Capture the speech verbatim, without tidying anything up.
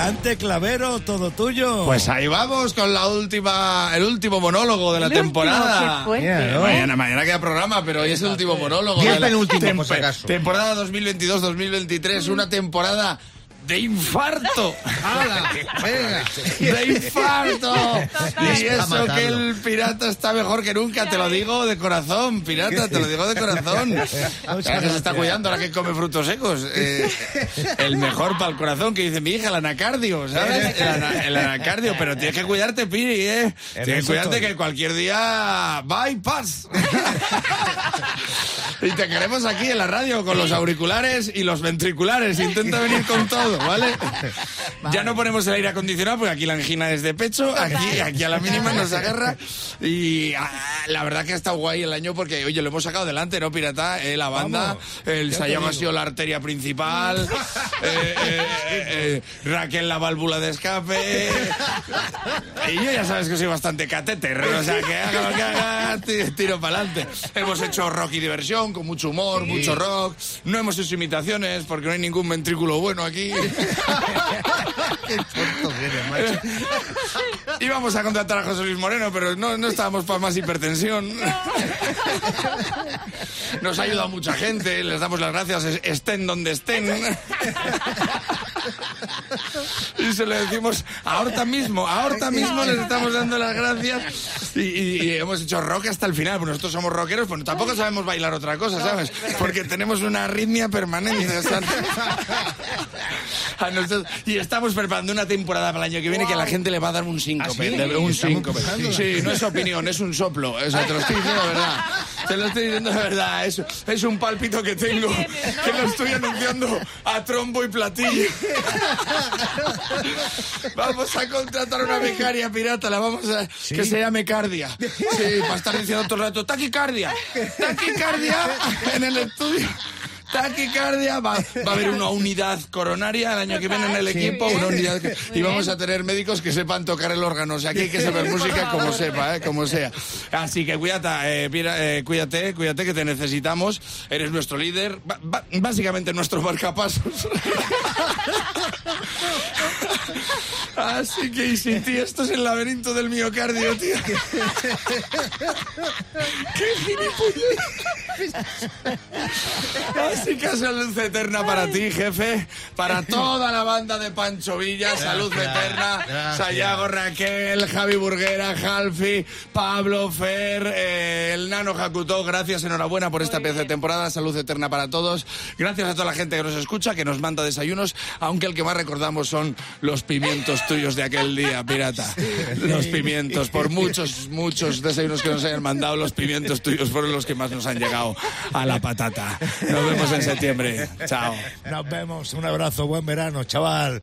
Adelante, Clavero, todo tuyo. Pues ahí vamos con la última, el último monólogo de la El temporada. último, qué fuerte. Yeah, ¿no? Mañana, mañana queda programa, pero hoy es el último monólogo. Diez de la penúltimo, tem- por si acaso. Temporada dos mil veintidós dos mil veintitrés, una temporada de infarto. ¡Hala! ¡Venga! ¡De infarto! Y Está eso matando. que el pirata está mejor que nunca, te lo digo de corazón, pirata, te lo digo de corazón. Ya que se está cuidando ahora que come frutos secos. Eh, el mejor para el corazón, que dice mi hija, el anacardio, ¿sabes? El, ana- el anacardio, pero tienes que cuidarte, Piri, ¿eh? Tienes que eso cuidarte estoy. que cualquier día bypass. Y te queremos aquí en la radio con los auriculares y los ventriculares. Intenta venir con todo, ¿vale? Ya no ponemos el aire acondicionado porque aquí la angina es de pecho, aquí, aquí a la mínima nos agarra. Y ah, la verdad que ha estado guay el año porque, oye, lo hemos sacado adelante, ¿no, pirata? Eh, la banda, Vamos, el ya te Sayama ha digo. sido la arteria principal, eh, eh, eh, eh, Raquel la válvula de escape. Y yo ya sabes que soy bastante catéter, o sea, que haga lo que haga, ti- tiro para adelante. Hemos hecho rock y diversión, con mucho humor, mucho rock. No hemos hecho imitaciones, porque no hay ningún ventrículo bueno aquí. ¡Qué tonto que eres, macho! Íbamos a contratar a José Luis Moreno, pero no, no estábamos para más hipertensión. Nos ha ayudado mucha gente, les damos las gracias, es- estén donde estén. Y se lo decimos ahorita mismo, ahorita mismo les estamos dando las gracias. Y, y- y hemos hecho rock hasta el final, pues nosotros somos rockeros, pues tampoco sabemos bailar otra cosa, ¿sabes? Porque tenemos una arritmia permanente. O sea, a nosotros- y estamos preparando una temporada para el año que viene que a la gente le va a dar un síncope. ¿Ah, sí? de- un Estamos síncope. empezando. Sí, no es opinión, es un soplo. O sea, te lo estoy diciendo de verdad. Te lo estoy diciendo de verdad. Es, es un pálpito que tengo, que lo estoy anunciando a trombo y platillo. Vamos a contratar una becaria pirata, la vamos a... que se llame Cardia. Sí, va a estar diciendo todo el rato, taquicardia, taquicardia en el estudio. Taquicardia, va, va a haber una unidad coronaria el año que viene en el equipo, una unidad que- y vamos a tener médicos que sepan tocar el órgano, o sea, aquí hay que saber música como sepa, ¿eh? Como sea. Así que cuídate, eh, Pira- eh, cuídate, cuídate que te necesitamos, eres nuestro líder, ba- ba- básicamente nuestro marcapasos. Así que y sin ti esto es el laberinto del miocardio, tío. ¡Qué gilipollas! Así que salud eterna para ti, jefe, para toda la banda de Pancho Villa, salud eterna, gracias. Sayago, Raquel, Javi Burguera, Jalfi, Pablo, Fer, eh, el Nano Jacutó, gracias, enhorabuena por esta pieza de temporada, salud eterna para todos, gracias a toda la gente que nos escucha, que nos manda desayunos, aunque el que más recordamos son los pimientos tuyos de aquel día, pirata, los pimientos, por muchos, muchos desayunos que nos hayan mandado, los pimientos tuyos fueron los que más nos han llegado a la patata. Nos vemos en septiembre. Chao. Nos vemos. Un abrazo. Buen verano, chaval.